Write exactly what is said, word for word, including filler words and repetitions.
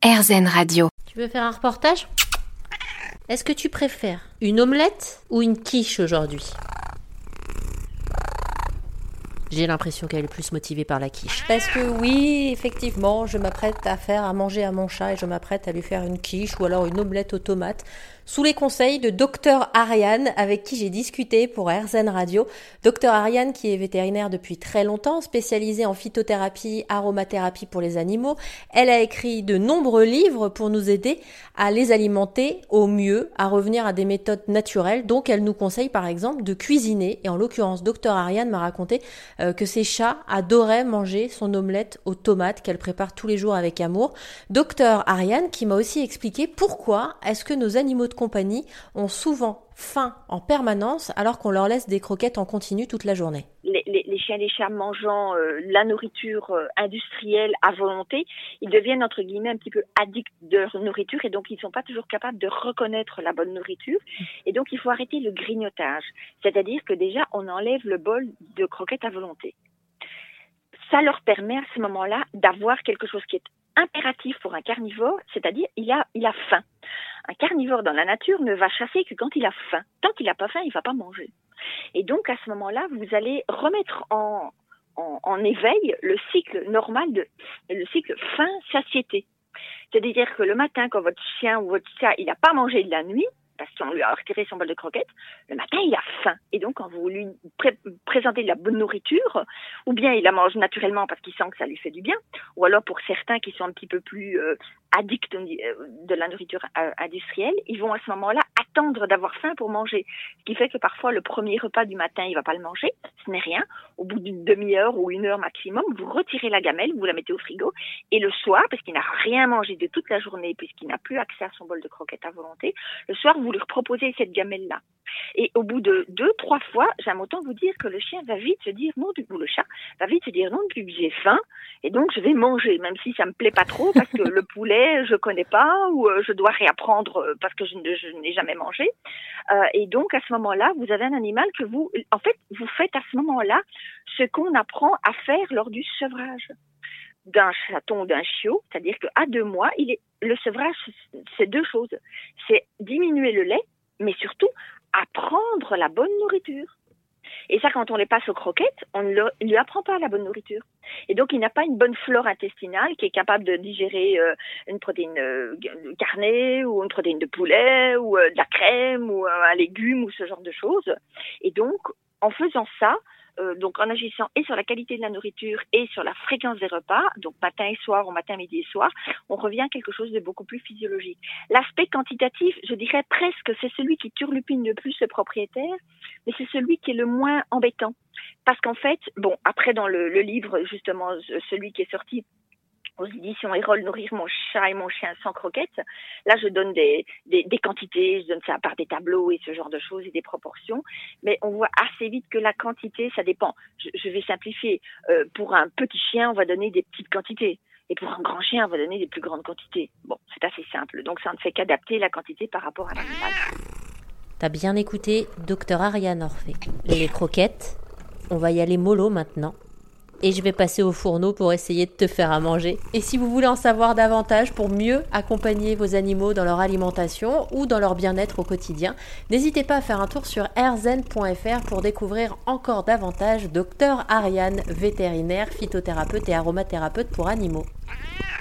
AirZen Radio. Tu veux faire un reportage ? Est-ce que tu préfères une omelette ou une quiche aujourd'hui ? J'ai l'impression qu'elle est plus motivée par la quiche. Parce que oui, effectivement, je m'apprête à faire à manger à mon chat et je m'apprête à lui faire une quiche ou alors une omelette aux tomates sous les conseils de Docteur Ariane avec qui j'ai discuté pour AirZen Radio. Docteur Ariane qui est vétérinaire depuis très longtemps, spécialisée en phytothérapie, aromathérapie pour les animaux. Elle a écrit de nombreux livres pour nous aider à les alimenter au mieux, à revenir à des méthodes naturelles. Donc elle nous conseille par exemple de cuisiner et en l'occurrence Docteur Ariane m'a raconté euh, que ses chats adoraient manger son omelette aux tomates qu'elle prépare tous les jours avec amour. Docteur Ariane qui m'a aussi expliqué pourquoi est-ce que nos animaux de compagnie ont souvent faim en permanence alors qu'on leur laisse des croquettes en continu toute la journée. Les, les, les chiens et les chats mangeant euh, la nourriture euh, industrielle à volonté, ils deviennent entre guillemets un petit peu addicts de leur nourriture et donc ils ne sont pas toujours capables de reconnaître la bonne nourriture et donc il faut arrêter le grignotage. C'est-à-dire que déjà on enlève le bol de croquettes à volonté. Ça leur permet à ce moment-là d'avoir quelque chose qui est impératif pour un carnivore, c'est-à-dire il a, il a faim. Un carnivore dans la nature ne va chasser que quand il a faim. Tant qu'il n'a pas faim, il ne va pas manger. Et donc, à ce moment-là, vous allez remettre en, en, en éveil le cycle normal, de, le cycle faim-satiété. C'est-à-dire que le matin, quand votre chien ou votre chat, il n'a pas mangé de la nuit, parce qu'on lui a retiré son bol de croquettes, le matin, il a faim. Et donc, quand vous lui pré- présentez de la bonne nourriture, ou bien il la mange naturellement parce qu'il sent que ça lui fait du bien, ou alors pour certains qui sont un petit peu plus euh, addicts de la nourriture euh, industrielle, ils vont à ce moment-là attendre d'avoir faim pour manger. Ce qui fait que parfois, le premier repas du matin, il ne va pas le manger, ce n'est rien. Au bout d'une demi-heure ou une heure maximum, vous retirez la gamelle, vous la mettez au frigo, et le soir, parce qu'il n'a rien mangé de toute la journée, puisqu'il n'a plus accès à son bol de croquettes à volonté, le soir, vous lui proposez cette gamelle-là. Et au bout de deux, trois fois, j'aime autant vous dire que le chien va vite se dire non, du coup, le chat va vite se dire non, depuis que j'ai faim, et donc je vais manger, même si ça me plaît pas trop, parce que le poulet, je connais pas, ou euh, je dois réapprendre parce que je, ne, je n'ai jamais mangé. Euh, et donc, à ce moment-là, vous avez un animal que vous, en fait, vous faites à ce moment-là ce qu'on apprend à faire lors du sevrage d'un chaton ou d'un chiot, c'est-à-dire qu'à deux mois, il est, le sevrage, c'est deux choses. C'est diminuer le lait, mais surtout apprendre la bonne nourriture. Et ça, quand on les passe aux croquettes, on ne lui apprend pas la bonne nourriture. Et donc, il n'a pas une bonne flore intestinale qui est capable de digérer euh, une protéine euh, de carnet ou une protéine de poulet ou euh, de la crème ou euh, un légume ou ce genre de choses. Et donc, en faisant ça, Euh, donc en agissant et sur la qualité de la nourriture et sur la fréquence des repas, donc matin et soir ou matin, midi et soir, on revient à quelque chose de beaucoup plus physiologique. L'aspect quantitatif, je dirais presque, c'est celui qui turlupine le plus le propriétaire, mais c'est celui qui est le moins embêtant. Parce qu'en fait, bon, après dans le, le livre, justement, celui qui est sorti aux éditions Erol, Nourrir mon chat et mon chien sans croquettes. Là, je donne des, des, des quantités, je donne ça par des tableaux et ce genre de choses et des proportions. Mais on voit assez vite que la quantité, ça dépend. Je, je vais simplifier. Euh, pour un petit chien, on va donner des petites quantités. Et pour un grand chien, on va donner des plus grandes quantités. Bon, c'est assez simple. Donc, ça ne fait qu'adapter la quantité par rapport à l'animal. T'as bien écouté Docteur Ariane Orphée. Les croquettes, on va y aller mollo maintenant. Et je vais passer au fourneau pour essayer de te faire à manger. Et si vous voulez en savoir davantage pour mieux accompagner vos animaux dans leur alimentation ou dans leur bien-être au quotidien, n'hésitez pas à faire un tour sur airzen point f r pour découvrir encore davantage Docteur Ariane, vétérinaire, phytothérapeute et aromathérapeute pour animaux.